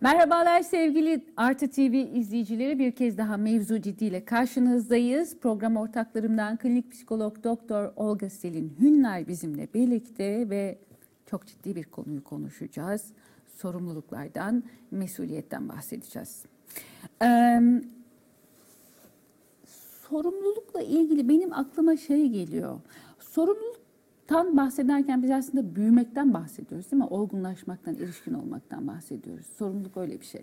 Merhabalar sevgili Artı TV izleyicileri, bir kez daha mevzu ciddiyle karşınızdayız. Program ortaklarımdan klinik psikolog Doktor Olga Selin Hünler bizimle birlikte ve çok ciddi bir konuyu konuşacağız. Sorumluluklardan, mesuliyetten bahsedeceğiz. Sorumlulukla ilgili benim aklıma şey geliyor. Sorumluluktan bahsederken biz aslında büyümekten bahsediyoruz değil mi? Olgunlaşmaktan, erişkin olmaktan bahsediyoruz. Sorumluluk öyle bir şey.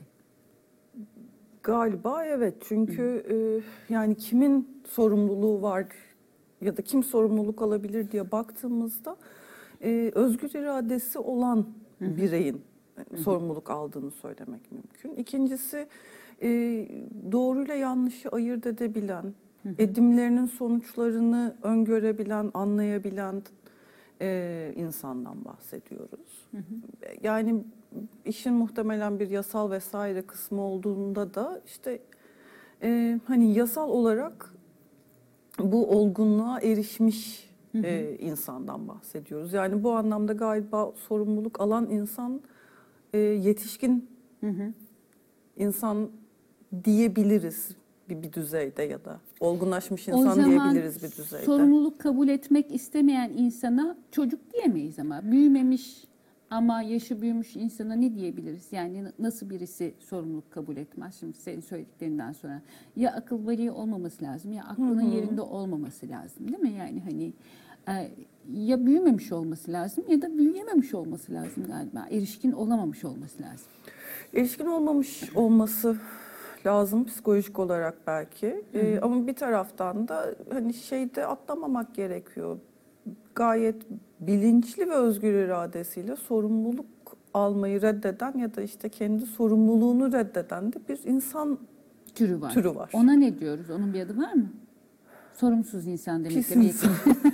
Galiba evet. Çünkü yani kimin sorumluluğu var ya da kim sorumluluk alabilir diye baktığımızda özgür iradesi olan bireyin sorumluluk aldığını söylemek mümkün. İkincisi doğruyla yanlışı ayırt edebilen, edimlerinin sonuçlarını öngörebilen, anlayabilen insandan bahsediyoruz. Yani işin muhtemelen bir yasal vesaire kısmı olduğunda da işte hani yasal olarak bu olgunluğa erişmiş insandan bahsediyoruz. Yani bu anlamda galiba sorumluluk alan insan yetişkin insan diyebiliriz bir düzeyde ya da olgunlaşmış insan diyebiliriz bir düzeyde. Sorumluluk kabul etmek istemeyen insana çocuk diyemeyiz ama büyümemiş ama yaşı büyümüş insana ne diyebiliriz? Yani nasıl birisi sorumluluk kabul etmez? Şimdi senin söylediklerinden sonra ya akıl vali olmaması lazım ya aklının yerinde olmaması lazım değil mi? Yani hani ya büyümemiş olması lazım ya da büyüyememiş olması lazım galiba. Erişkin olamamış olması lazım. Erişkin olmamış olması lazım psikolojik olarak belki. Ama bir taraftan da hani şeyde atlamamak gerekiyor. Gayet bilinçli ve özgür iradesiyle sorumluluk almayı reddeden ya da işte kendi sorumluluğunu reddeden de bir insan türü var. Ona ne diyoruz? Onun bir adı var mı? Sorumsuz insan demek. Pis insan.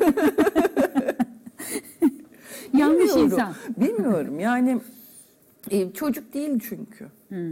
Yanlış insan. Bilmiyorum. Yani çocuk değil çünkü.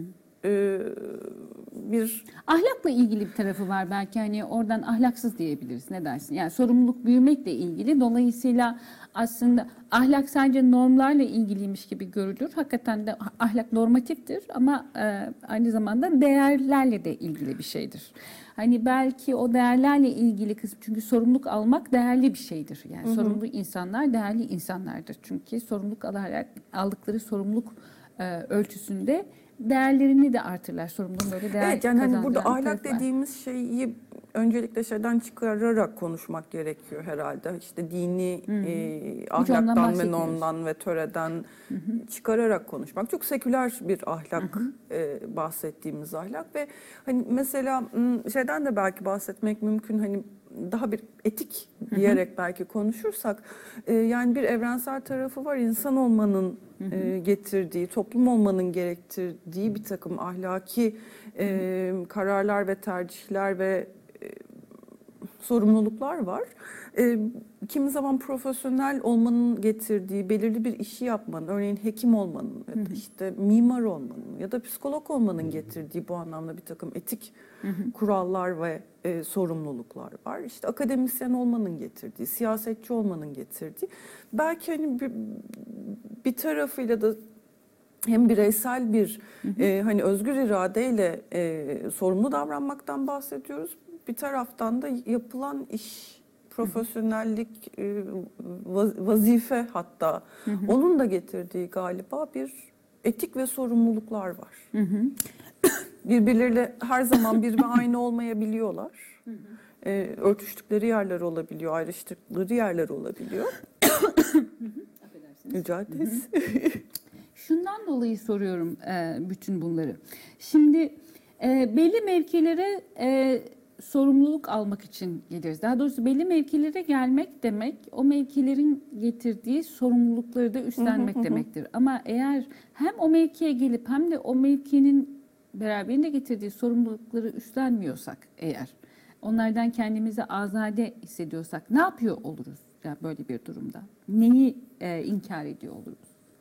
Bir ahlakla ilgili bir tarafı var belki, hani oradan ahlaksız diyebiliriz, ne dersin? Yani sorumluluk büyümekle ilgili, dolayısıyla aslında ahlak sadece normlarla ilgiliymiş gibi görülür. Hakikaten de ahlak normatiftir ama aynı zamanda değerlerle de ilgili bir şeydir. Hani belki o değerlerle ilgili kısım, çünkü sorumluluk almak değerli bir şeydir. Yani sorumlu insanlar değerli insanlardır. Çünkü sorumluluk alarak aldıkları sorumluluk ölçüsünde değerlerini de artırlar. Sorumluluğun böyle değer evet, yani hani burada kazandıran ahlak dediğimiz şeyi öncelikle şeyden çıkararak konuşmak gerekiyor herhalde. İşte dini ahlaktan ve normdan ve töreden çıkararak konuşmak. Çok seküler bir ahlak bahsettiğimiz ahlak ve hani mesela şeyden de belki bahsetmek mümkün, hani daha bir etik diyerek belki konuşursak yani bir evrensel tarafı var, insan olmanın getirdiği, toplum olmanın gerektirdiği bir takım ahlaki kararlar ve tercihler ve sorumluluklar var. Kimi zaman profesyonel olmanın getirdiği, belirli bir işi yapmanın, örneğin hekim olmanın ya da işte mimar olmanın ya da psikolog olmanın getirdiği bu anlamda bir takım etik kurallar ve sorumluluklar var. İşte akademisyen olmanın getirdiği, siyasetçi olmanın getirdiği. Belki hani bir tarafıyla da hem bireysel bir hani özgür iradeyle sorumlu davranmaktan bahsediyoruz. Bir taraftan da yapılan iş, profesyonellik, vazife hatta onun da getirdiği galiba bir etik ve sorumluluklar var. Birbirleriyle her zaman bir ve aynı olmayabiliyorlar. Örtüştükleri yerler olabiliyor, ayrıştıkları yerler olabiliyor. Rica ederiz. Şundan dolayı soruyorum bütün bunları. Şimdi belli mevkilere sorumluluk almak için geliriz. Daha doğrusu belli mevkilere gelmek demek, o mevkilerin getirdiği sorumlulukları da üstlenmek demektir. Ama eğer hem o mevkiye gelip hem de o mevkinin beraberinde getirdiği sorumlulukları üstlenmiyorsak eğer, onlardan kendimizi azade hissediyorsak ne yapıyor oluruz yani böyle bir durumda? Neyi inkar ediyor oluruz?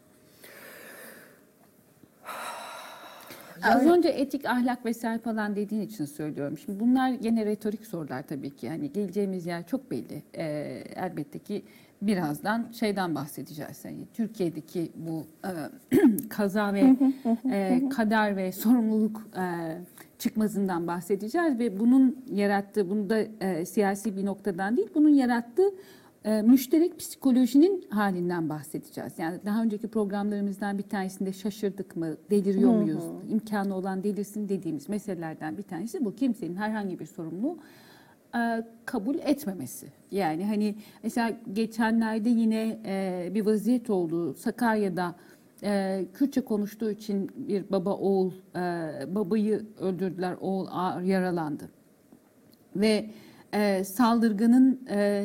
Az önce etik, ahlak vesaire falan dediğin için söylüyorum. Şimdi bunlar gene retorik sorular tabii ki. Yani geleceğimiz yer çok belli. Elbette ki birazdan şeyden bahsedeceğiz. Yani Türkiye'deki bu kaza ve kader ve sorumluluk çıkmazından bahsedeceğiz ve bunun yarattığı, bunu da siyasi bir noktadan değil, bunun yarattığı müşterek psikolojinin halinden bahsedeceğiz. Yani daha önceki programlarımızdan bir tanesinde şaşırdık mı, deliriyor muyuz, imkanı olan delirsin dediğimiz meselelerden bir tanesi bu. Kimsenin herhangi bir sorumluluğu kabul etmemesi. Yani hani mesela geçenlerde yine bir vaziyet oldu. Sakarya'da Kürtçe konuştuğu için bir baba oğul, babayı öldürdüler, oğul ağır yaralandı. Ve saldırganın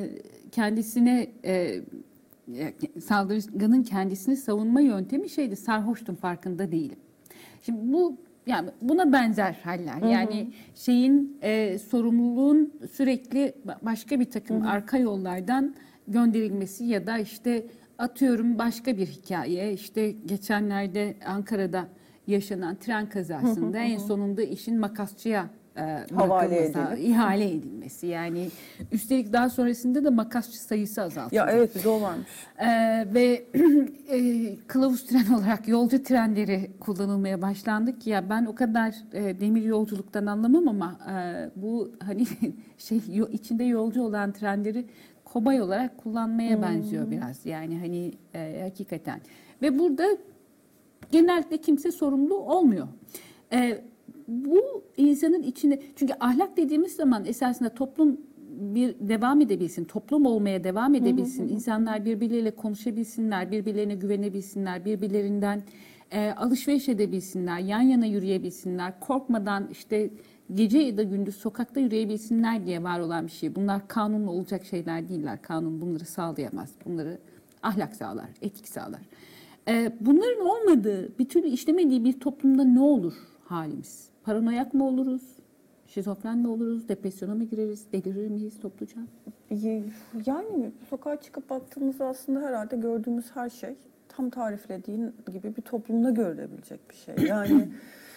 kendisini savunma yöntemi şeydi, sarhoştum farkında değilim. Şimdi bu yani buna benzer haller. Yani sorumluluğun sürekli başka bir takım arka yollardan gönderilmesi ya da işte atıyorum başka bir hikaye. İşte geçenlerde Ankara'da yaşanan tren kazasında en sonunda işin makasçıya ihale edilmesi. Yani üstelik daha sonrasında da makasçı sayısı azaltıldı. Ya evet, bir de o varmış. Ve kılavuz tren olarak yolcu trenleri kullanılmaya başlandı ki ya ben o kadar demir yolculuktan anlamam ama bu hani içinde yolcu olan trenleri kobay olarak kullanmaya benziyor biraz. Yani hani hakikaten. Ve burada genellikle kimse sorumlu olmuyor. Bu insanın içinde, çünkü ahlak dediğimiz zaman esasında toplum devam edebilsin, toplum olmaya devam edebilsin, insanlar birbirleriyle konuşabilsinler, birbirlerine güvenebilsinler, birbirlerinden alışveriş edebilsinler, yan yana yürüyebilsinler, korkmadan işte gece ya da gündüz sokakta yürüyebilsinler diye var olan bir şey. Bunlar kanunla olacak şeyler değiller. Kanun bunları sağlayamaz. Bunları ahlak sağlar, etik sağlar. Bunların olmadığı, bir türlü işlemediği bir toplumda ne olur halimiz? Paranoyak mı oluruz? Şizofren mi oluruz? Depresyona mı gireriz? Delirir miyiz topluca? Yani sokağa çıkıp baktığımızda aslında herhalde gördüğümüz her şey tam tariflediğin gibi bir toplumda görülebilecek bir şey. Yani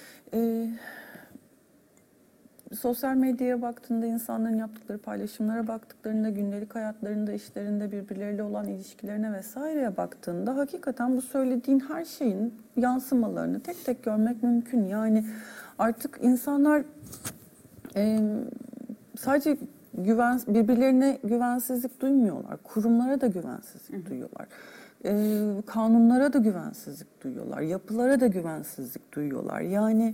sosyal medyaya baktığında, insanların yaptıkları paylaşımlara baktıklarında, gündelik hayatlarında, işlerinde birbirleriyle olan ilişkilerine vesaireye baktığında hakikaten bu söylediğin her şeyin yansımalarını tek tek görmek mümkün. Yani artık insanlar sadece birbirlerine güvensizlik duymuyorlar. Kurumlara da güvensizlik duyuyorlar. Kanunlara da güvensizlik duyuyorlar. Yapılara da güvensizlik duyuyorlar. Yani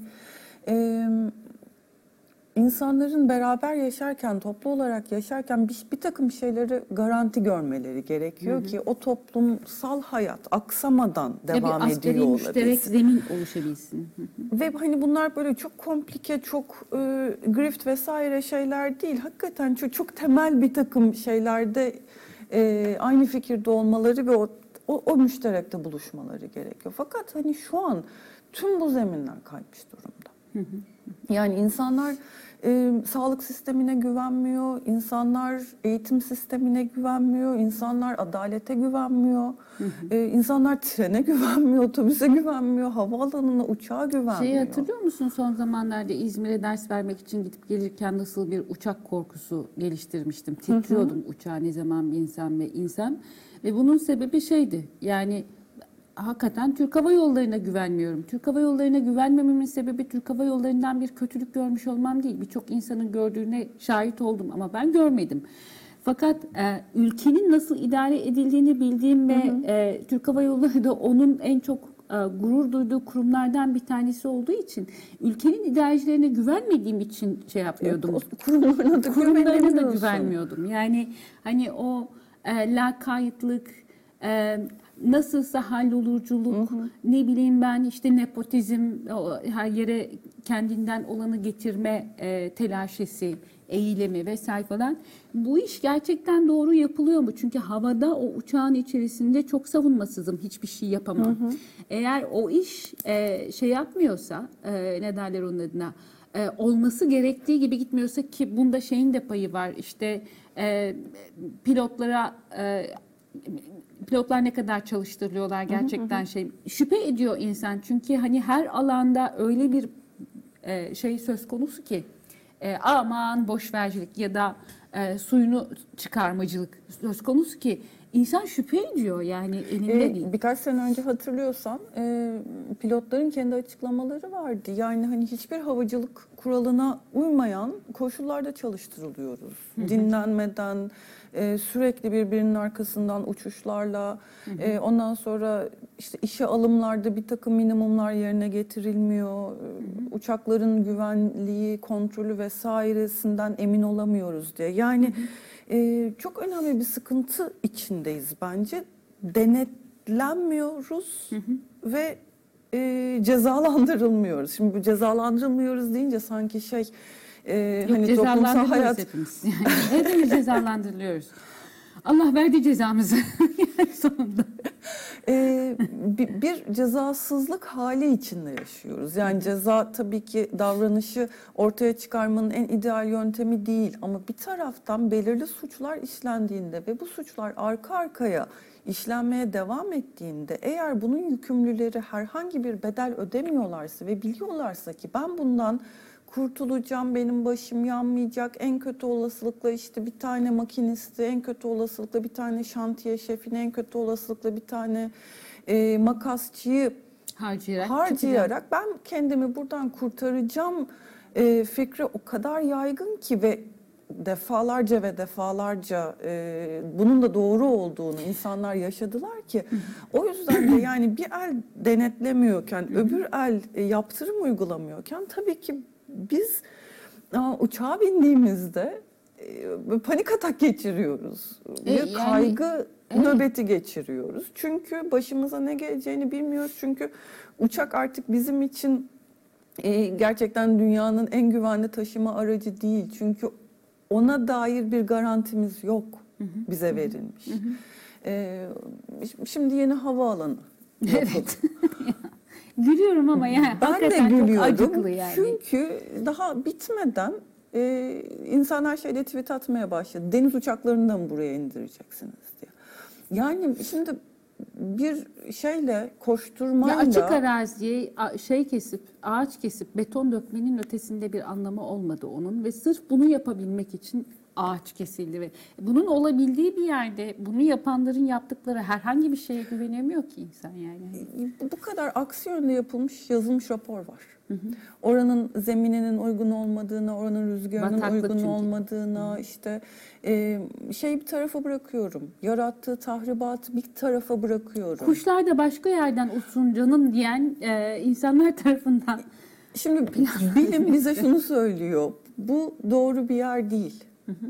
insanların beraber yaşarken, toplu olarak yaşarken bir takım şeyleri garanti görmeleri gerekiyor ki o toplumsal hayat aksamadan devam ediyor olabilsin. Müşterek zemin oluşabilsin. Ve hani bunlar böyle çok komplike, çok grift vesaire şeyler değil. Hakikaten çok temel bir takım şeylerde aynı fikirde olmaları ve o müşterekte buluşmaları gerekiyor. Fakat hani şu an tüm bu zeminler kaymış durumda. Yani insanlar sağlık sistemine güvenmiyor, insanlar eğitim sistemine güvenmiyor, insanlar adalete güvenmiyor, insanlar trene güvenmiyor, otobüse güvenmiyor, havaalanına, uçağa güvenmiyor. Şeyi hatırlıyor musun, son zamanlarda İzmir'e ders vermek için gidip gelirken nasıl bir uçak korkusu geliştirmiştim. Titriyordum uçağa ne zaman binsem ve bunun sebebi şeydi, yani hakikaten Türk Hava Yolları'na güvenmiyorum. Türk Hava Yolları'na güvenmememin sebebi Türk Hava Yolları'ndan bir kötülük görmüş olmam değil. Birçok insanın gördüğüne şahit oldum ama ben görmedim. Fakat ülkenin nasıl idare edildiğini bildiğim ve Türk Hava Yolları da onun en çok gurur duyduğu kurumlardan bir tanesi olduğu için ülkenin idarecilerine güvenmediğim için şey yapıyordum. Kurumlarına da güvenmiyordum. Yani hani o lakaytlık, nasılsa hallolurculuk, ne bileyim ben işte nepotizm, her yere kendinden olanı getirme telaşesi, eğilimi vesaire falan. Bu iş gerçekten doğru yapılıyor mu? Çünkü havada o uçağın içerisinde çok savunmasızım, hiçbir şey yapamam. Eğer o iş şey yapmıyorsa, ne derler onun adına, olması gerektiği gibi gitmiyorsa, ki bunda şeyin de payı var, işte pilotlar ne kadar çalıştırılıyorlar gerçekten şüphe ediyor insan. Çünkü hani her alanda öyle bir şey söz konusu ki aman boşvercilik ya da suyunu çıkarmacılık söz konusu ki insan şüphe ediyor yani elinde değil. Birkaç sene önce hatırlıyorsan pilotların kendi açıklamaları vardı. Yani hani hiçbir havacılık kuralına uymayan koşullarda çalıştırılıyoruz. Dinlenmeden, sürekli birbirinin arkasından uçuşlarla, ondan sonra işte işe alımlarda bir takım minimumlar yerine getirilmiyor. Uçakların güvenliği, kontrolü vesairesinden emin olamıyoruz diye. Yani çok önemli bir sıkıntı içindeyiz bence. Denetlenmiyoruz ve cezalandırılmıyoruz. Şimdi bu cezalandırılmıyoruz deyince sanki Yok, hani toplumsal hayat hepimiz. Yani hepimiz cezalandırılıyoruz. Allah verdi cezamızı sonunda. Bir cezasızlık hali içinde yaşıyoruz. Yani ceza tabii ki davranışı ortaya çıkarmanın en ideal yöntemi değil. Ama bir taraftan belirli suçlar işlendiğinde ve bu suçlar arka arkaya işlenmeye devam ettiğinde, eğer bunun yükümlüleri herhangi bir bedel ödemiyorlarsa ve biliyorlarsa ki ben bundan kurtulacağım, benim başım yanmayacak, en kötü olasılıkla işte bir tane makinisti, en kötü olasılıkla bir tane şantiye şefini, en kötü olasılıkla bir tane makasçıyı harcayarak ben kendimi buradan kurtaracağım fikri o kadar yaygın ki ve defalarca bunun da doğru olduğunu insanlar yaşadılar ki o yüzden de yani bir el denetlemiyorken öbür el yaptırım uygulamıyorken tabii ki biz uçağa bindiğimizde panik atak geçiriyoruz. Bir kaygı nöbeti geçiriyoruz. Çünkü başımıza ne geleceğini bilmiyoruz. Çünkü uçak artık bizim için gerçekten dünyanın en güvenli taşıma aracı değil. Çünkü ona dair bir garantimiz yok bize verilmiş. Şimdi yeni havaalanı yapıldı. Evet. Gülüyorum ama yani ben de gülüyorum. Çok acıklı yani. Çünkü daha bitmeden insanlar şeyde tweet atmaya başladı. Deniz uçaklarını mı buraya indireceksiniz diye. Yani şimdi bir şeyle koşturmayla... Ya açık araziye ağaç kesip beton dökmenin ötesinde bir anlamı olmadı onun ve sırf bunu yapabilmek için ağaç kesildi ve bunun olabildiği bir yerde bunu yapanların yaptıkları herhangi bir şeye güvenemiyor ki insan yani. Bu kadar aksi yönde yapılmış, yazılmış rapor var. Oranın zemininin uygun olmadığına, oranın rüzgarının uygun olmadığına, işte bir tarafa bırakıyorum. Yarattığı tahribatı bir tarafa bırakıyorum. Kuşlar da başka yerden uçsun canım diyen insanlar tarafından. Şimdi bilim bize şunu söylüyor. Bu doğru bir yer değil.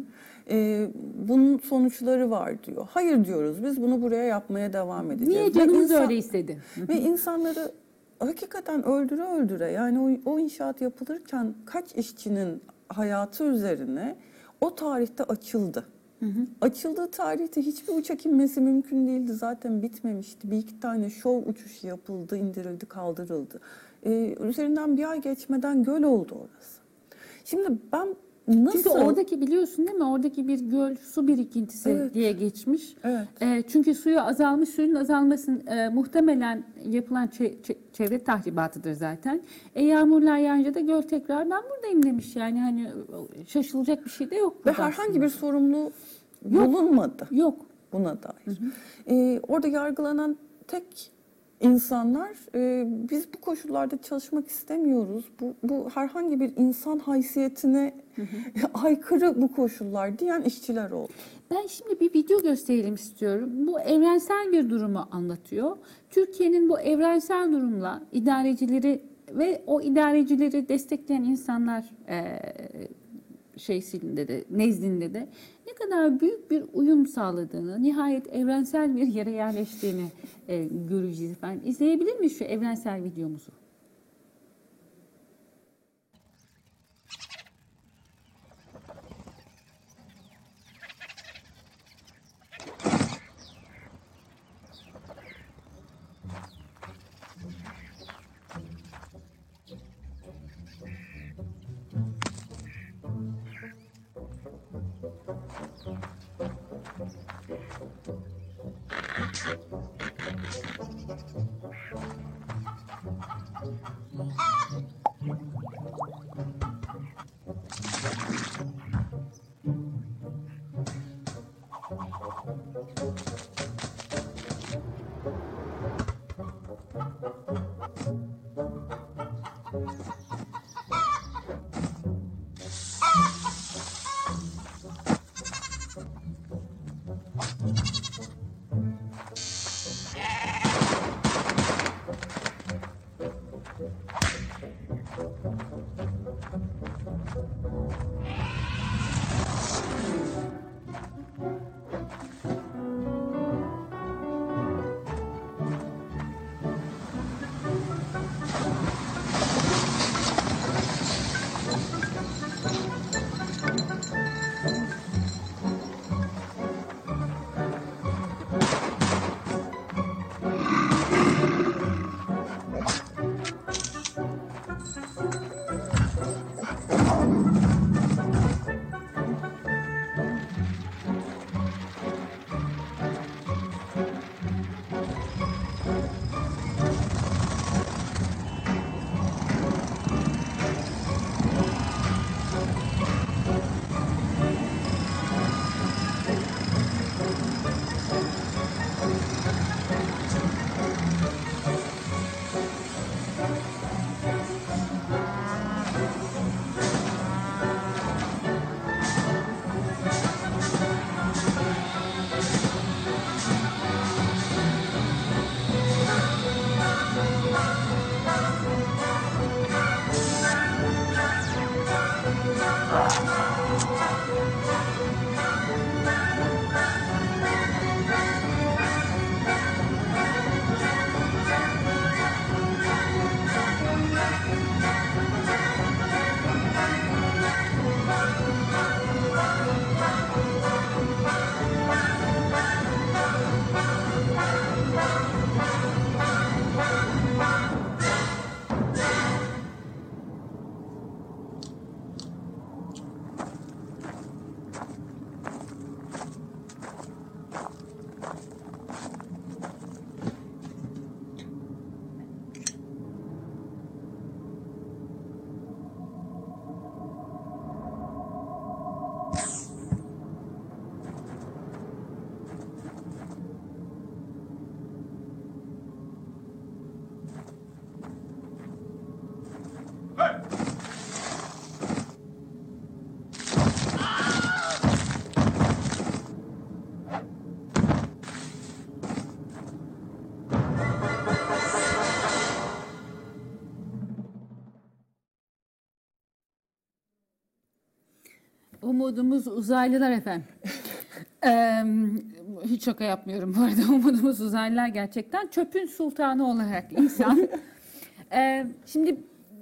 Bunun sonuçları var diyor. Hayır diyoruz. Biz bunu buraya yapmaya devam edeceğiz. Niye canımız öyle istedi? Ve insanları hakikaten öldüre yani o inşaat yapılırken kaç işçinin hayatı üzerine o tarihte açıldı. Açıldığı tarihte hiçbir uçak inmesi mümkün değildi. Zaten bitmemişti. Bir iki tane şov uçuşu yapıldı, indirildi, kaldırıldı. Üzerinden bir ay geçmeden göl oldu orası. Şimdi ben nasıl... Çünkü oradaki biliyorsun değil mi? Oradaki bir göl su birikintisi diye geçmiş. Evet. Çünkü suyu azalmış, suyun azalması muhtemelen yapılan çevre tahribatıdır zaten. Yağmurlar yağınca da göl tekrar ben buradayım demiş. Yani hani şaşılacak bir şey de yok. Ve herhangi bir sorumlu bulunmadı. Yok. Buna dair. Orada yargılanan tek insanlar biz bu koşullarda çalışmak istemiyoruz. Bu herhangi bir insan haysiyetine aykırı bu koşullar diyen işçiler oldu. Ben şimdi bir video gösterelim istiyorum. Bu evrensel bir durumu anlatıyor. Türkiye'nin bu evrensel durumla idarecileri ve o idarecileri destekleyen insanlar nezdinde de ne kadar büyük bir uyum sağladığını, nihayet evrensel bir yere yerleştiğini göreceğiz. Ben izleyebilir miyiz şu evrensel videomuzu? Umudumuz uzaylılar efendim. Eee, Hiç şaka yapmıyorum bu arada. Umudumuz uzaylılar gerçekten. Çöpün sultanı olarak insan. Şimdi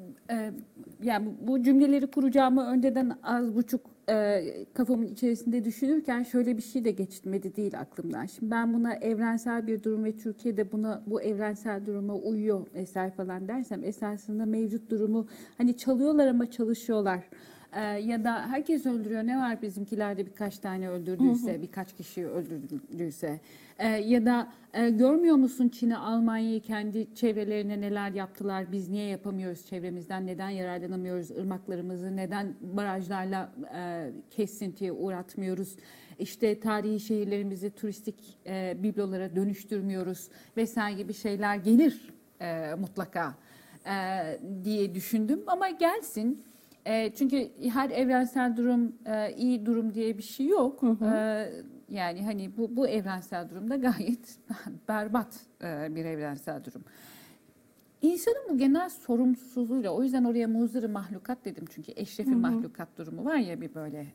yani bu cümleleri kuracağımı önceden az buçuk kafamın içerisinde düşünürken şöyle bir şey de geçmedi değil aklımdan. Şimdi ben buna evrensel bir durum ve Türkiye'de bu evrensel duruma uyuyor vesaire falan dersem esasında mevcut durumu hani çalıyorlar ama çalışıyorlar. Ya da herkes öldürüyor. Ne var bizimkilerde birkaç tane öldürdüyse, birkaç kişiyi öldürdüyse. Ya da görmüyor musun Çin'i, Almanya'yı kendi çevrelerine neler yaptılar? Biz niye yapamıyoruz çevremizden? Neden yararlanamıyoruz ırmaklarımızı? Neden barajlarla kesintiye uğratmıyoruz? İşte tarihi şehirlerimizi turistik biblolara dönüştürmüyoruz vesaire gibi şeyler gelir mutlaka diye düşündüm. Ama gelsin. Çünkü her evrensel durum iyi durum diye bir şey yok. Yani hani bu evrensel durumda gayet berbat bir evrensel durum. İnsanın bu genel sorumsuzluğuyla, o yüzden oraya muzır mahlukat dedim çünkü eşrefi mahlukat durumu var ya bir böyle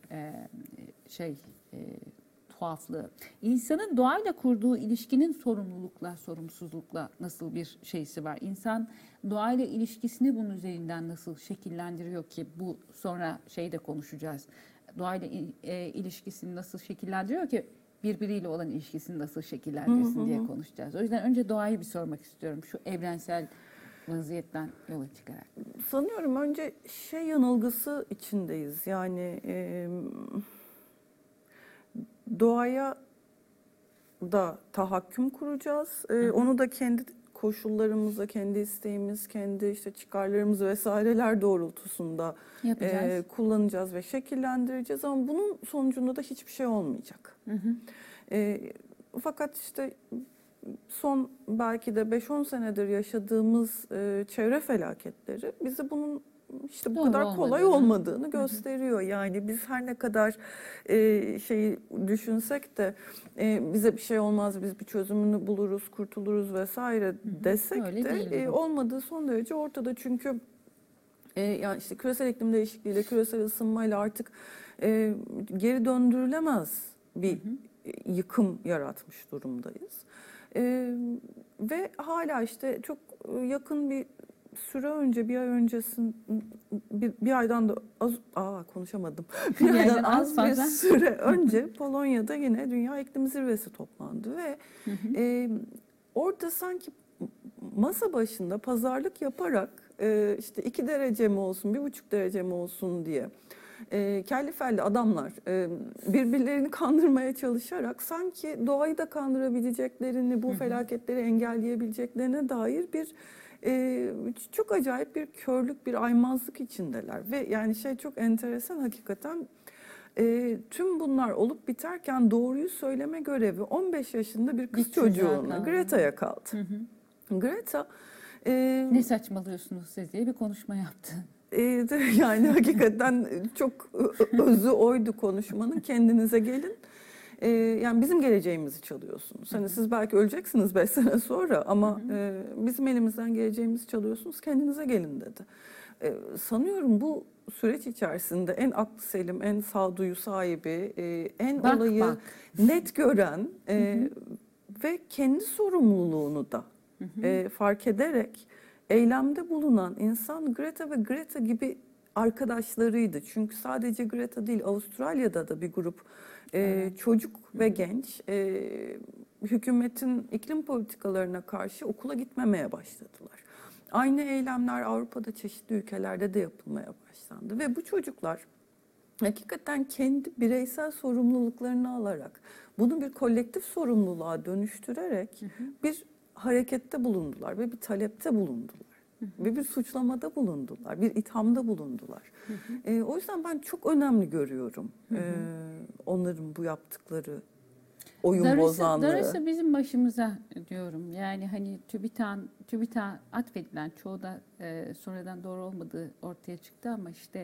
tuhaflığı. İnsanın doğayla kurduğu ilişkinin sorumlulukla, sorumsuzlukla nasıl bir şeysi var? İnsan doğayla ilişkisini bunun üzerinden nasıl şekillendiriyor ki bu sonra şeyde konuşacağız. Doğayla ilişkisini nasıl şekillendiriyor ki birbiriyle olan ilişkisini nasıl şekillendirsin diye konuşacağız. O yüzden önce doğayı bir sormak istiyorum şu evrensel vaziyetten yola çıkarak. Sanıyorum önce yanılgısı içindeyiz. Yani doğaya da tahakküm kuracağız. Onu da kendi koşullarımızla, kendi isteğimiz, kendi işte çıkarlarımız vesaireler doğrultusunda kullanacağız ve şekillendireceğiz. Ama bunun sonucunda da hiçbir şey olmayacak. Fakat işte son belki de 5-10 senedir yaşadığımız çevre felaketleri bizi bunun işte bu Doğru kadar kolay olmadığını. olmadığını gösteriyor. Yani biz her ne kadar şeyi düşünsek de bize bir şey olmaz, biz bir çözümünü buluruz, kurtuluruz vesaire desek Öyle değil de bu. olmadığı son derece ortada. Çünkü yani işte küresel iklim değişikliğiyle, küresel ısınmayla artık geri döndürülemez bir yıkım yaratmış durumdayız. Ve hala işte çok yakın bir süre önce, bir ay öncesin, bir aydan da az, konuşamadım. Bir Bir aydan aydan az bir fazla. süre önce Polonya'da yine Dünya İklim Zirvesi toplandı ve orada sanki masa başında pazarlık yaparak işte 2 derece mi olsun, 1,5 derece mi olsun diye kelli felli adamlar birbirlerini kandırmaya çalışarak sanki doğayı da kandırabileceklerini, bu felaketleri engelleyebileceklerine dair bir çok acayip bir körlük, bir aymazlık içindeler. Ve yani şey çok enteresan hakikaten, tüm bunlar olup biterken doğruyu söyleme görevi 15 yaşında bir kız Bir çocuğa çocuğuna, kaldı. Greta'ya kaldı. Greta Ne saçmalıyorsunuz siz diye bir konuşma yaptı. yani hakikaten çok özü oydu konuşmanın. Kendinize gelin. Yani bizim geleceğimizi çalıyorsunuz. Hani siz belki öleceksiniz 5 sene sonra ama bizim elimizden geleceğimizi çalıyorsunuz. Kendinize gelin dedi. Sanıyorum bu süreç içerisinde en aklı selim, en sağduyu sahibi, en Bak, olayı bak. net gören ve kendi sorumluluğunu da fark ederek eylemde bulunan insan Greta ve Greta gibi arkadaşlarıydı. Çünkü sadece Greta değil, Avustralya'da da bir grup çocuk ve genç hükümetin iklim politikalarına karşı okula gitmemeye başladılar. Aynı eylemler Avrupa'da çeşitli ülkelerde de yapılmaya başlandı ve bu çocuklar hakikaten kendi bireysel sorumluluklarını alarak bunu bir kolektif sorumluluğa dönüştürerek bir harekette bulundular ve bir talepte bulundular. Ve bir suçlamada bulundular, bir ithamda bulundular. O yüzden ben çok önemli görüyorum onların bu yaptıkları oyun bozanlığı. Darısı bizim başımıza diyorum. Yani hani TÜBİTAK atfedilen, çoğu da sonradan doğru olmadığı ortaya çıktı ama işte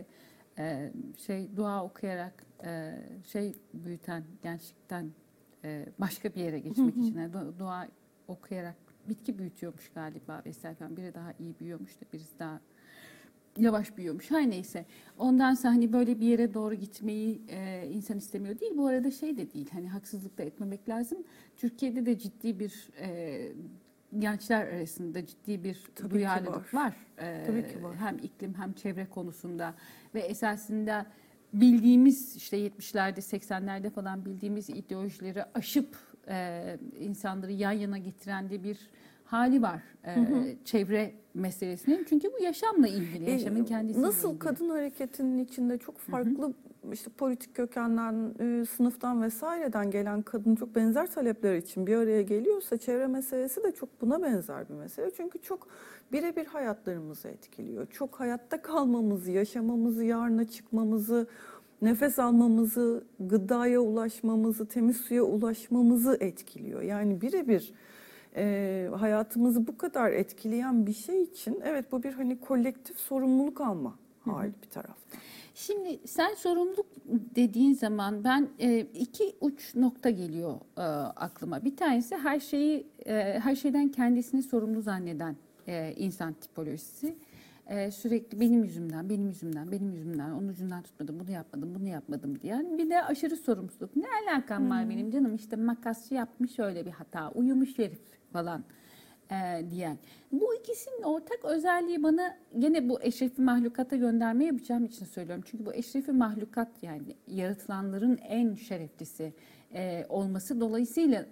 dua okuyarak büyüten gençlikten başka bir yere geçmek için yani dua okuyarak bitki büyütüyormuş galiba Veysel Efendi. Biri daha iyi büyüyormuş da birisi daha yavaş büyüyormuş. Her neyse. Ondan sonra hani böyle bir yere doğru gitmeyi insan istemiyor değil. Bu arada şey de değil. Hani haksızlık da etmemek lazım. Türkiye'de de ciddi bir gençler arasında ciddi bir Tabii ki duyarlılık var. Tabii ki var. Hem iklim hem çevre konusunda ve esasında bildiğimiz işte 70'lerde 80'lerde falan bildiğimiz ideolojileri aşıp insanları yan yana getiren de bir hali var çevre meselesinin. Çünkü bu yaşamla ilgili, yaşamın kendisiyle Nasıl ilgili. kadın hareketinin içinde çok farklı işte politik kökenden, sınıftan vesaireden gelen kadın çok benzer talepler için bir araya geliyorsa çevre meselesi de çok buna benzer bir mesele. Çünkü çok birebir hayatlarımızı etkiliyor. Çok hayatta kalmamızı, yaşamamızı, yarına çıkmamızı, nefes almamızı, gıdaya ulaşmamızı, temiz suya ulaşmamızı etkiliyor. Yani birebir hayatımızı bu kadar etkileyen bir şey için evet bu bir hani kolektif sorumluluk alma hali bir taraftan. Şimdi sen sorumluluk dediğin zaman ben iki uç nokta geliyor aklıma. Bir tanesi her şeyden kendisini sorumlu zanneden insan tipolojisi. Sürekli benim yüzümden, onun yüzünden tutmadım, bunu yapmadım diyen. Bir de aşırı sorumsuzluk. Ne alakam var benim canım, işte makasçı yapmış öyle bir hata, uyumuş herif falan diyen. Bu ikisinin ortak özelliği bana gene bu eşrefi mahlukata gönderme yapacağım için söylüyorum. Çünkü bu eşrefi mahlukat yani yaratılanların en şereflisi olması dolayısıyla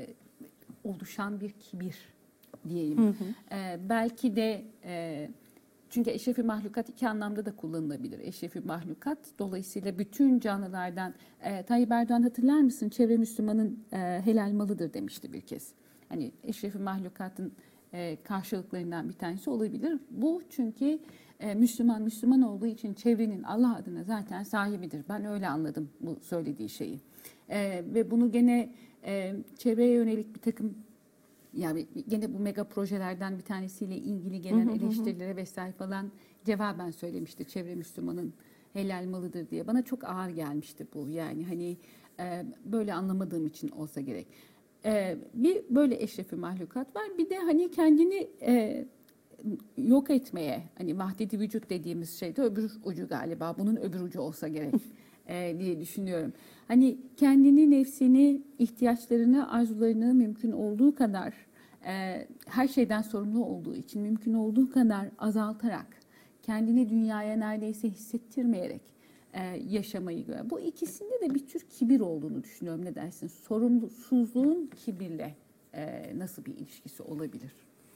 oluşan bir kibir diyeyim. Belki de çünkü eşrefi mahlukat iki anlamda da kullanılabilir. Eşrefi mahlukat dolayısıyla bütün canlılardan Tayyip Erdoğan hatırlar mısın? Çevre Müslümanın helal malıdır demişti bir kez. Hani eşrefi mahlukatın karşılıklarından bir tanesi olabilir. Bu çünkü Müslüman olduğu için çevrenin Allah adına zaten sahibidir. Ben öyle anladım bu söylediği şeyi. Ve bunu gene çevreye yönelik bir takım Yani gene bu mega projelerden bir tanesiyle ilgili gelen eleştirilere vesaire falan cevaben söylemişti. Çevre Müslümanın helal malıdır diye. Bana çok ağır gelmişti bu. Yani hani böyle anlamadığım için olsa gerek. Bir böyle eşrefi mahlukat var. Bir de hani kendini yok etmeye, hani vahdeti vücut dediğimiz şey de öbür ucu galiba. Bunun öbür ucu olsa gerek diye düşünüyorum. Hani kendini, nefsini, ihtiyaçlarını, arzularını mümkün olduğu kadar her şeyden sorumlu olduğu için mümkün olduğu kadar azaltarak, kendini dünyaya neredeyse hissettirmeyerek yaşamayı göre. Bu ikisinde de bir tür kibir olduğunu düşünüyorum. Ne dersin? Sorumsuzluğun kibirle nasıl bir ilişkisi olabilir?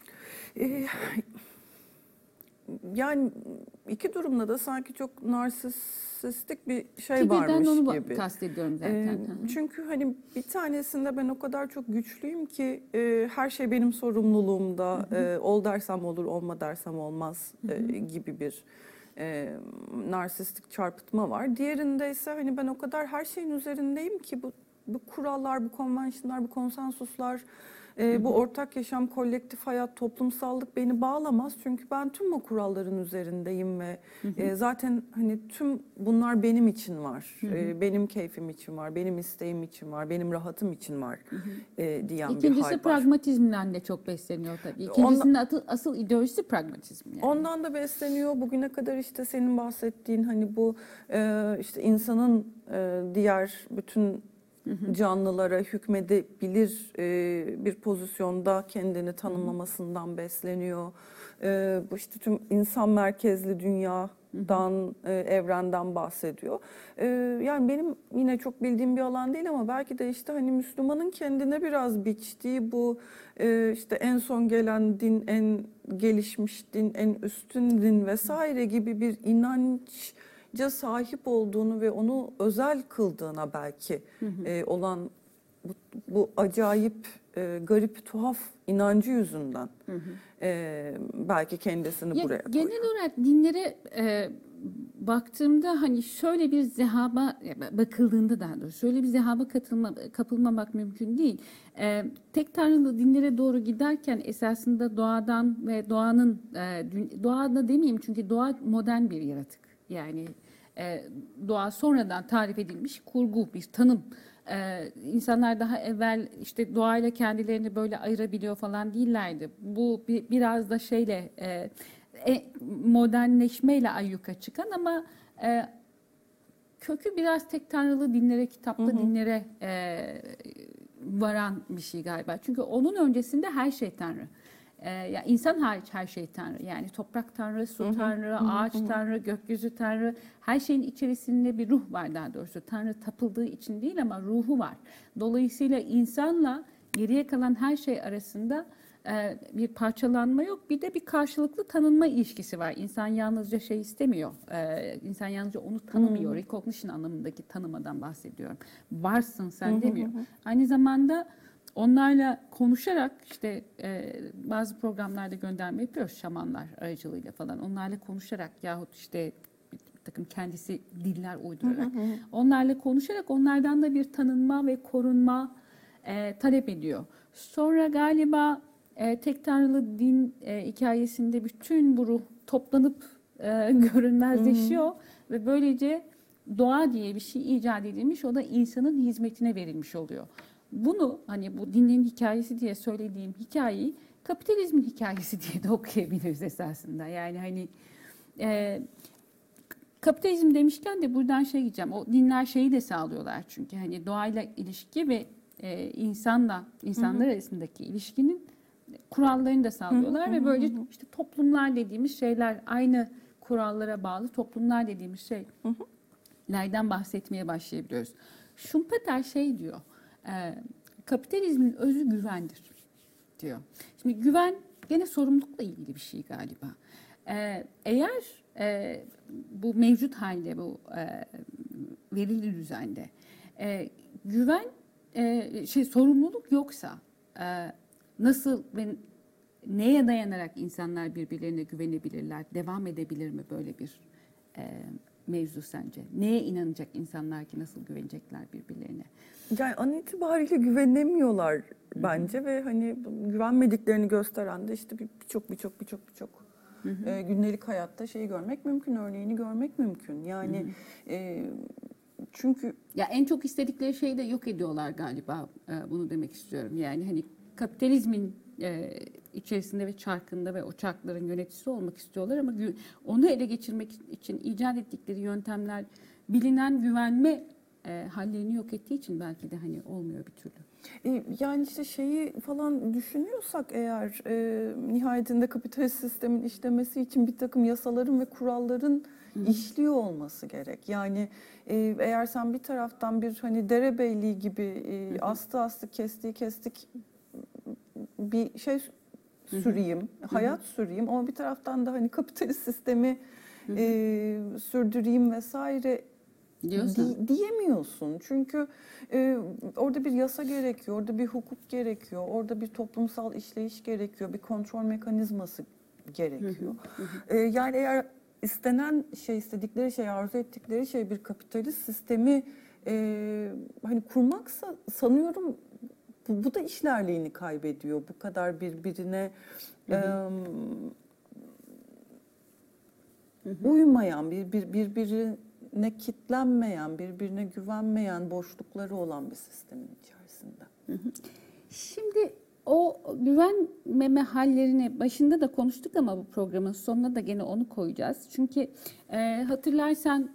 Yani iki durumda da sanki çok narsistik bir şey Kibirden varmış onu gibi. kastediyorum zaten. Çünkü hani bir tanesinde ben o kadar çok güçlüyüm ki her şey benim sorumluluğumda. Ol dersem olur, olma dersem olmaz gibi bir narsistik çarpıtma var. Diğerinde ise hani ben o kadar her şeyin üzerindeyim ki bu kurallar, bu konvansiyonlar, bu konsensuslar, bu ortak yaşam, kolektif hayat, toplumsallık beni bağlamaz. Çünkü ben tüm o kuralların üzerindeyim ve zaten hani tüm bunlar benim için var. Benim keyfim için var, benim isteğim için var, benim rahatım için var diyen bir hal İkincisi var. pragmatizmden de çok besleniyor tabii. İkincisinin asıl ideolojisi pragmatizm. Yani. Ondan da besleniyor. Bugüne kadar işte senin bahsettiğin hani bu işte insanın diğer bütün canlılara hükmedebilir bir pozisyonda kendini tanımlamasından besleniyor. Bu işte tüm insan merkezli dünyadan, evrenden bahsediyor. Yani benim yine çok bildiğim bir alan değil ama belki de işte hani Müslümanın kendine biraz biçtiği bu işte en son gelen din, en gelişmiş din, en üstün din vesaire gibi bir inanç sahip olduğunu ve onu özel kıldığına belki olan bu acayip, garip, tuhaf inancı yüzünden belki kendisini buraya koyuyor. Genel olarak dinlere baktığımda hani şöyle bir zehaba bakıldığında daha doğrusu şöyle bir zehaba kapılmamak mümkün değil. Tek tanrılı dinlere doğru giderken esasında doğadan ve doğanın doğada demeyeyim çünkü doğa modern bir yaratık. Yani doğa sonradan tarif edilmiş kurgu, bir tanım. İnsanlar daha evvel işte doğayla kendilerini böyle ayırabiliyor falan değillerdi. Bu biraz da şeyle modernleşmeyle ayyuka çıkan ama kökü biraz tek tanrılı dinlere, kitaplı dinlere varan bir şey galiba. Çünkü onun öncesinde her şey tanrı. Ya insan hariç her şey tanrı. Yani toprak tanrı, su tanrı, ağaç tanrı, gökyüzü tanrı. Her şeyin içerisinde bir ruh var daha doğrusu. Tanrı tapıldığı için değil ama ruhu var. Dolayısıyla insanla geriye kalan her şey arasında bir parçalanma yok. Bir de bir karşılıklı tanınma ilişkisi var. İnsan yalnızca şey istemiyor. İnsan yalnızca onu tanımıyor. Recognition anlamındaki tanımadan bahsediyorum. Varsın sen demiyor. Aynı zamanda onlarla konuşarak işte bazı programlarda gönderme yapıyoruz şamanlar aracılığıyla falan. Onlarla konuşarak yahut işte bir takım kendisi diller uydurarak onlarla konuşarak onlardan da bir tanınma ve korunma talep ediyor. Sonra galiba tek tanrılı din hikayesinde bütün bu ruh toplanıp görünmezleşiyor ve böylece doğa diye bir şey icat edilmiş, o da insanın hizmetine verilmiş oluyor. Bunu hani bu dinin hikayesi diye söylediğim hikayeyi kapitalizmin hikayesi diye de okuyabiliriz esasında. Yani hani kapitalizm demişken de buradan şey diyeceğim. O dinler şeyi de sağlıyorlar çünkü hani doğayla ilişki ve insanlar arasındaki ilişkinin kurallarını da sağlıyorlar ve böyle işte toplumlar dediğimiz şeyler aynı kurallara bağlı toplumlar dediğimiz şeylerden bahsetmeye başlayabiliyoruz. Schumpeter şey diyor. Kapitalizmin özü güvendir diyor. Şimdi güven gene sorumlulukla ilgili bir şey galiba. Eğer bu mevcut halde, bu verili düzende güven sorumluluk yoksa nasıl ve neye dayanarak insanlar birbirlerine güvenebilirler? Devam edebilir mi böyle bir mevzu sence? Neye inanacak insanlar ki nasıl güvenecekler birbirlerine? Yani an itibariyle güvenemiyorlar bence ve hani güvenmediklerini gösteren de işte birçok gündelik hayatta şeyi görmek mümkün, örneğini görmek mümkün. Yani çünkü Ya en çok istedikleri şeyi de yok ediyorlar galiba. Bunu demek istiyorum. Yani hani kapitalizmin içerisinde ve çarkında ve o çarkların yöneticisi olmak istiyorlar ama onu ele geçirmek için icat ettikleri yöntemler bilinen güvenme hallerini yok ettiği için belki de hani olmuyor bir türlü. Yani işte şeyi falan düşünüyorsak eğer nihayetinde kapitalist sistemin işlemesi için bir takım yasaların ve kuralların işliyor olması gerek. Yani eğer sen bir taraftan bir hani derebeyliği gibi astı kestik bir şey süreyim, hayat süreyim ama bir taraftan da hani kapitalist sistemi sürdüreyim vesaire diyemiyorsun. Çünkü orada bir yasa gerekiyor, orada bir hukuk gerekiyor, orada bir toplumsal işleyiş gerekiyor, bir kontrol mekanizması gerekiyor. Yani eğer istedikleri şey, arzu ettikleri şey bir kapitalist sistemi hani kurmaksa sanıyorum bu da işlerliğini kaybediyor. Bu kadar birbirine uymayan, birbirine kitlenmeyen, birbirine güvenmeyen boşlukları olan bir sistemin içerisinde. Şimdi o güvenmeme hallerini başında da konuştuk ama bu programın sonuna da gene onu koyacağız. Çünkü hatırlarsan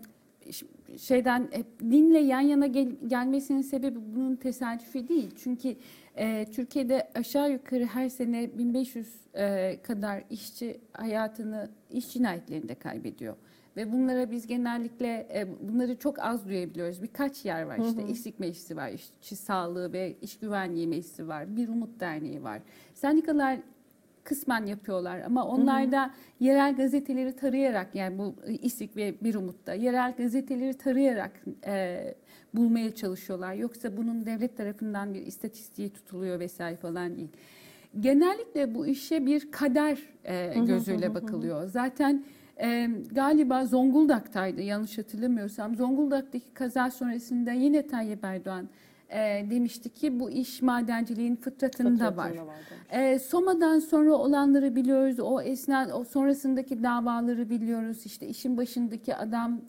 dinle yan yana gelmesinin sebebi bunun tesadüfi değil. Çünkü Türkiye'de aşağı yukarı her sene 1500 kadar işçi hayatını iş cinayetlerinde kaybediyor. Ve bunlara biz genellikle bunları çok az duyabiliyoruz. Birkaç yer var işte İşsizlik Meclisi var, İşçi Sağlığı ve İş Güvenliği Meclisi var, Bir Umut Derneği var. Sendikalar kısmen yapıyorlar ama onlar da yerel gazeteleri tarayarak yani bu İSİK ve Bir Umut'ta yerel gazeteleri tarayarak bulmaya çalışıyorlar. Yoksa bunun devlet tarafından bir istatistiği tutuluyor vesaire falan değil. Genellikle bu işe bir kader gözüyle bakılıyor. Zaten galiba Zonguldak'taydı yanlış hatırlamıyorsam. Zonguldak'taki kaza sonrasında yine Tayyip Erdoğan demişti ki bu iş madenciliğin fıtratında var. Soma'dan sonra olanları biliyoruz. O sonrasındaki davaları biliyoruz. İşte işin başındaki adam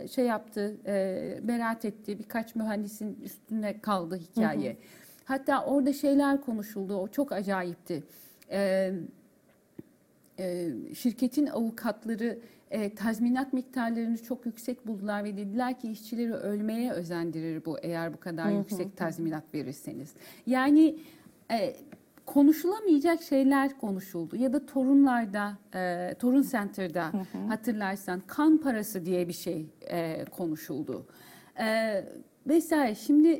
beraat etti. Birkaç mühendisin üstüne kaldı hikaye. Hatta orada şeyler konuşuldu. O çok acayipti. Şirketin avukatları tazminat miktarlarını çok yüksek buldular ve dediler ki işçileri ölmeye özendirir bu eğer bu kadar yüksek tazminat verirseniz. Yani konuşulamayacak şeyler konuşuldu ya da Torunlar'da, Torun Center'da hatırlarsan kan parası diye bir şey konuşuldu. Vesaire. Şimdi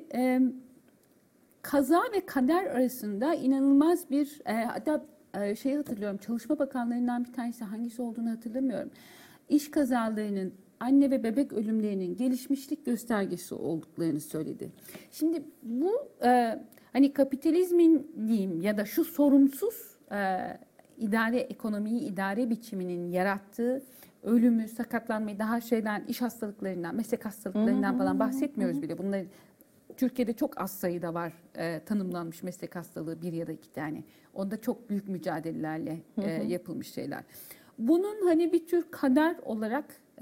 kaza ve kader arasında inanılmaz bir hatta hatırlıyorum, Çalışma Bakanlarından bir tanesi hangisi olduğunu hatırlamıyorum. İş kazalarının, anne ve bebek ölümlerinin gelişmişlik göstergesi olduklarını söyledi. Şimdi bu hani kapitalizmin diyeyim ya da şu sorumsuz ekonomiyi idare biçiminin yarattığı ölümü, sakatlanmayı, daha iş hastalıklarından, meslek hastalıklarından falan bahsetmiyoruz bile. Bunlar Türkiye'de çok az sayıda var tanımlanmış meslek hastalığı, 1 ya da 2 tane. Onda çok büyük mücadelelerle yapılmış şeyler. Bunun hani bir tür kader olarak,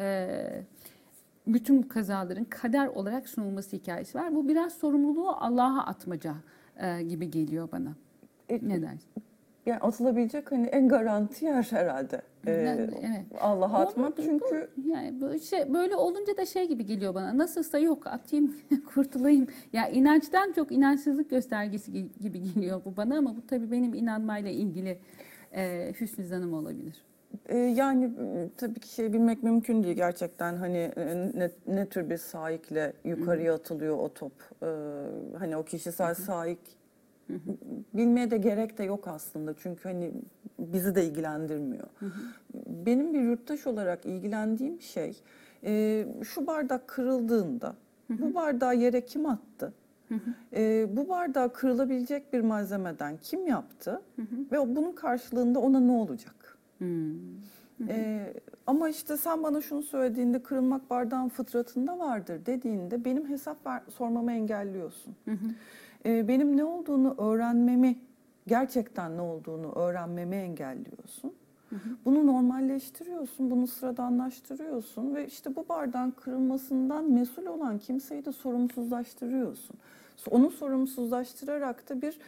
bütün bu kazaların kader olarak sunulması hikayesi var. Bu biraz sorumluluğu Allah'a atmaca gibi geliyor bana. Ne dersin? Yani atılabilecek hani en garanti yer herhalde. Evet. Allah'a atmak çünkü yani böyle olunca da gibi geliyor bana. Nasılsa yok atayım kurtulayım. Ya inançtan çok inançsızlık göstergesi gibi geliyor bu bana ama bu tabii benim inanmayla ilgili hüsnü zanım olabilir. Yani tabii ki bilmek mümkün değil gerçekten hani ne tür bir sahikle yukarıya atılıyor o top. Hani o kişisel sahik bilmeye de gerek de yok aslında çünkü hani bizi de ilgilendirmiyor. Benim bir yurttaş olarak ilgilendiğim şey şu bardak kırıldığında bu bardağı yere kim attı? Bu bardağı kırılabilecek bir malzemeden kim yaptı? Ve bunun karşılığında ona ne olacak? Ama işte sen bana şunu söylediğinde kırılmak bardağın fıtratında vardır dediğinde benim sormamı engelliyorsun. Benim ne olduğunu öğrenmemi, gerçekten ne olduğunu öğrenmemi engelliyorsun. Bunu normalleştiriyorsun, bunu sıradanlaştırıyorsun ve işte bu bardağın kırılmasından mesul olan kimseyi de sorumsuzlaştırıyorsun. Onu sorumsuzlaştırarak da bir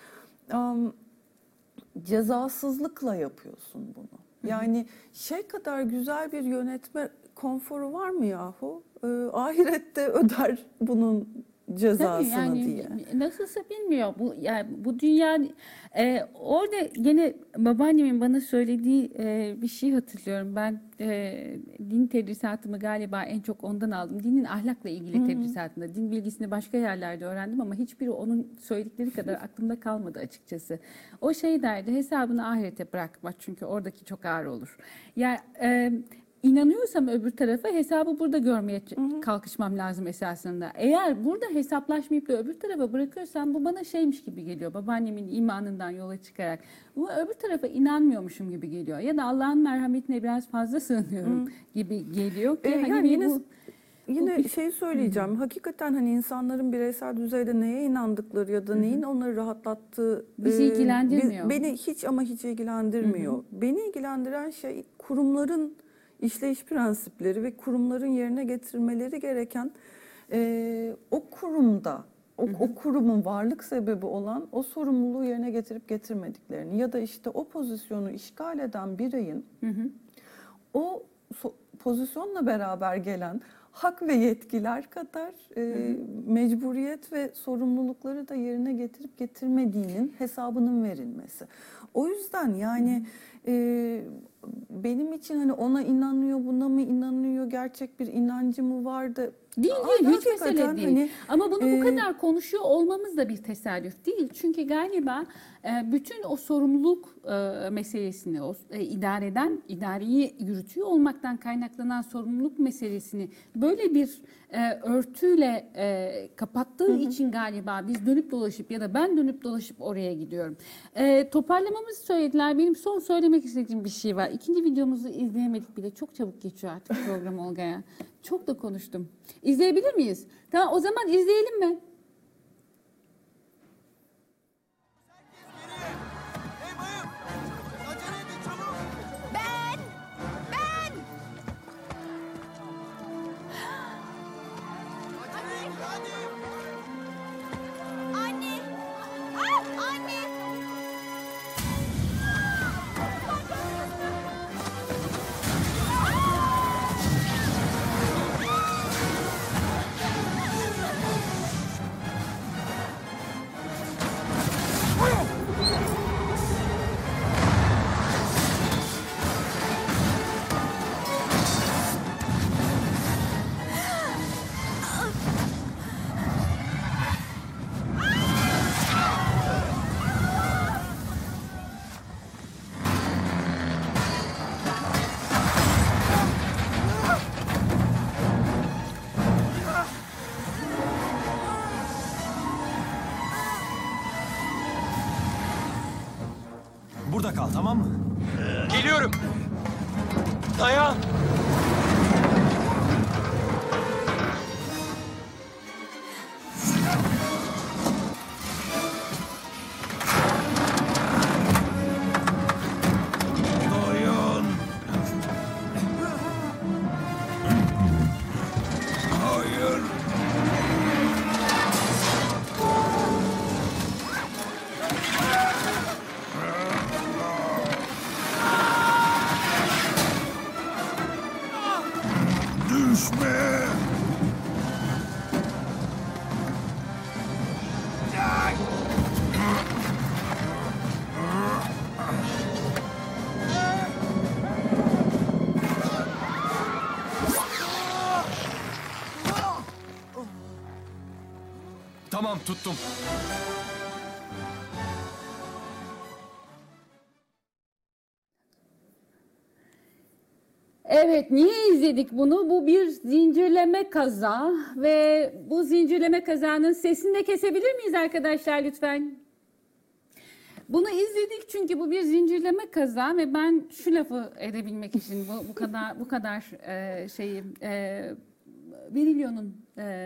cezasızlıkla yapıyorsun bunu. Yani şey kadar güzel bir yönetme konforu var mı yahu? Ahirette öder bunun cezasını yani, diye. Nasılsa bilmiyor. Bu dünya orada gene babaannemin bana söylediği bir şey hatırlıyorum. Ben din tedrisatımı galiba en çok ondan aldım. Dinin ahlakla ilgili tedrisatında. Din bilgisini başka yerlerde öğrendim ama hiçbiri onun söyledikleri kadar aklımda kalmadı açıkçası. O şey derdi, hesabını ahirete bırakma çünkü oradaki çok ağır olur. Yani İnanıyorsam öbür tarafa hesabı burada görmeye kalkışmam lazım esasında. Eğer burada hesaplaşmayıp da öbür tarafa bırakıyorsam bu bana şeymiş gibi geliyor. Babaannemin imanından yola çıkarak. Bu öbür tarafa inanmıyormuşum gibi geliyor. Ya da Allah'ın merhametine biraz fazla sığınıyorum gibi geliyor. Ki hani yine şey söyleyeceğim. Hakikaten hani insanların bireysel düzeyde neye inandıkları ya da neyin onları rahatlattığı bizi ilgilendirmiyor. Beni hiç ama hiç ilgilendirmiyor. Beni ilgilendiren şey kurumların işleyiş prensipleri ve kurumların yerine getirmeleri gereken o kurumda, o kurumun varlık sebebi olan o sorumluluğu yerine getirip getirmediklerini ya da işte o pozisyonu işgal eden bireyin o pozisyonla beraber gelen hak ve yetkiler kadar mecburiyet ve sorumlulukları da yerine getirip getirmediğinin hesabının verilmesi. O yüzden yani benim için hani ona inanıyor, buna mı inanıyor, gerçek bir inancı mı vardı? Değil, hiç mesele değil. Hani, ama bunu bu kadar konuşuyor olmamız da bir tesadüf değil. Çünkü galiba bütün o sorumluluk meselesini, o idareyi yürütüyor olmaktan kaynaklanan sorumluluk meselesini böyle bir örtüyle kapattığı için galiba biz dönüp dolaşıp ya da ben dönüp dolaşıp oraya gidiyorum. Toparlamamızı söylediler. Benim son söylemek istediğim bir şey var. İkinci videomuzu izleyemedik bile. Çok çabuk geçiyor artık program Olga'ya. Çok da konuştum. İzleyebilir miyiz? Tamam, o zaman izleyelim mi? Burada kal, tamam mı? Geliyorum. Dayan. Dayan. Hayır. Düşme! Tamam, tuttum. Evet, niye izledik bunu? Bu bir zincirleme kaza ve bu zincirleme kazanın sesini de kesebilir miyiz arkadaşlar lütfen? Bunu izledik çünkü bu bir zincirleme kaza ve ben şu lafı edebilmek için bu kadar şeyi Virilio'nun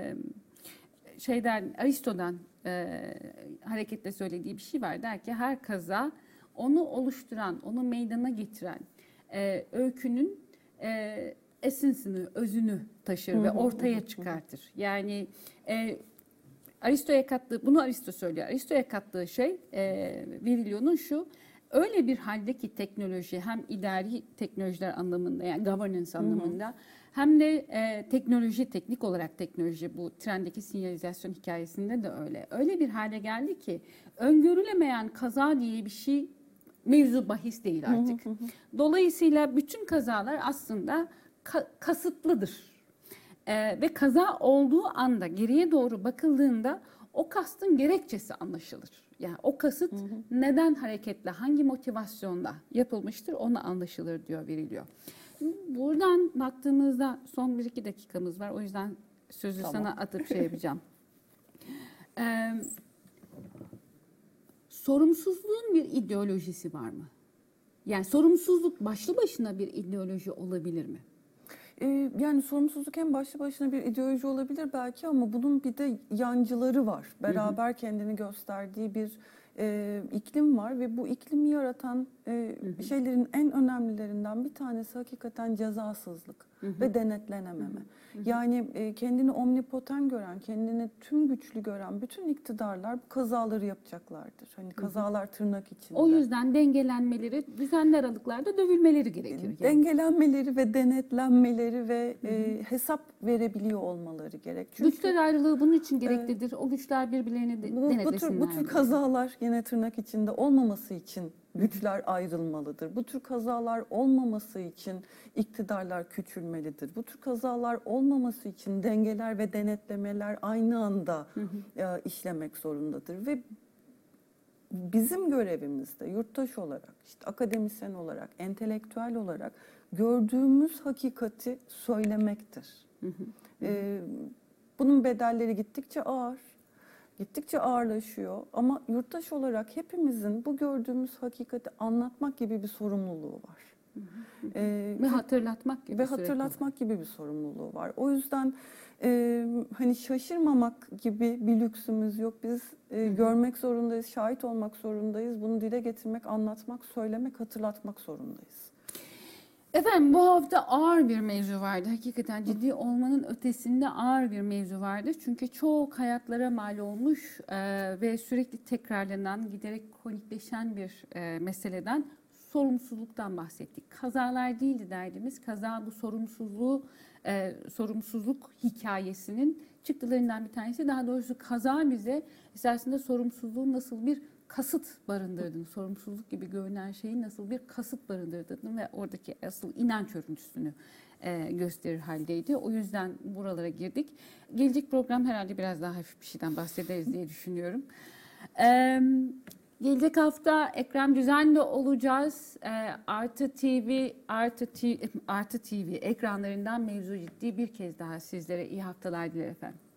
Aristo'dan hareketle söylediği bir şey var. Der ki her kaza onu oluşturan, onu meydana getiren öykünün esence'ini, özünü taşır ve ortaya çıkartır. Yani Aristo'ya kattığı, bunu Aristo söylüyor. Aristo'ya kattığı şey Virilio'nun şu: öyle bir haldeki teknoloji, hem idari teknolojiler anlamında, yani governance anlamında, hem de teknik olarak teknoloji, bu trendeki sinyalizasyon hikayesinde de öyle. Öyle bir hale geldi ki öngörülemeyen kaza diye bir şey mevzu bahis değil artık. Dolayısıyla bütün kazalar aslında kasıtlıdır. Ve kaza olduğu anda geriye doğru bakıldığında o kastın gerekçesi anlaşılır. Yani o kasıt neden hareketle, hangi motivasyonla yapılmıştır, onu anlaşılır diyor, veriliyor. Buradan baktığımızda son 1-2 dakikamız var. O yüzden sözü sana atıp şey yapacağım. Sorumsuzluğun bir ideolojisi var mı? Yani sorumsuzluk başlı başına bir ideoloji olabilir mi? Yani sorumsuzluk hem başlı başına bir ideoloji olabilir belki, ama bunun bir de yancıları var. Beraber kendini gösterdiği bir iklim var ve bu iklimi yaratan şeylerin en önemlilerinden bir tanesi hakikaten cezasızlık ve denetlenememe. Yani kendini omnipoten gören, kendini tüm güçlü gören bütün iktidarlar bu kazaları yapacaklardır. Hani kazalar tırnak içinde. O yüzden dengelenmeleri, düzenli aralıklarda dövülmeleri gerekir. Yani. Dengelenmeleri ve denetlenmeleri ve hesap verebiliyor olmaları gerek. Çünkü güçler ayrılığı bunun için gereklidir. O güçler birbirlerini denetlesinler. Bu tür kazalar, yine tırnak içinde, olmaması için güçler ayrılmalıdır. Bu tür kazalar olmaması için iktidarlar küçülmelidir. Bu tür kazalar olmaması için dengeler ve denetlemeler aynı anda işlemek zorundadır. Ve bizim görevimizde yurttaş olarak, işte akademisyen olarak, entelektüel olarak gördüğümüz hakikati söylemektir. Bunun bedelleri gittikçe ağır. Gittikçe ağırlaşıyor, ama yurttaş olarak hepimizin bu gördüğümüz hakikati anlatmak gibi bir sorumluluğu var. Ve hatırlatmak gibi. Ve hatırlatmak gibi bir sorumluluğu var. O yüzden hani şaşırmamak gibi bir lüksümüz yok. Biz görmek zorundayız, şahit olmak zorundayız. Bunu dile getirmek, anlatmak, söylemek, hatırlatmak zorundayız. Efendim, bu hafta ağır bir mevzu vardı. Hakikaten ciddi olmanın ötesinde ağır bir mevzu vardı. Çünkü çok hayatlara mal olmuş ve sürekli tekrarlanan, giderek kronikleşen bir meseleden, sorumsuzluktan bahsettik. Kazalar değildi derdimiz. Kaza bu sorumsuzluk hikayesinin çıktılarından bir tanesi. Daha doğrusu kaza bize esasında sorumsuzluğun nasıl bir kasıt barındırdığını, sorumsuzluk gibi görünen şeyin nasıl bir kasıt barındırdığını ve oradaki asıl inanç örüntüsünü gösterir haldeydi. O yüzden buralara girdik. Gelecek program herhalde biraz daha hafif bir şeyden bahsederiz diye düşünüyorum. Gelecek hafta Ekrem Düzen'le olacağız. Artı TV ekranlarından Mevzu Ciddi bir kez daha sizlere iyi haftalar dilerim efendim.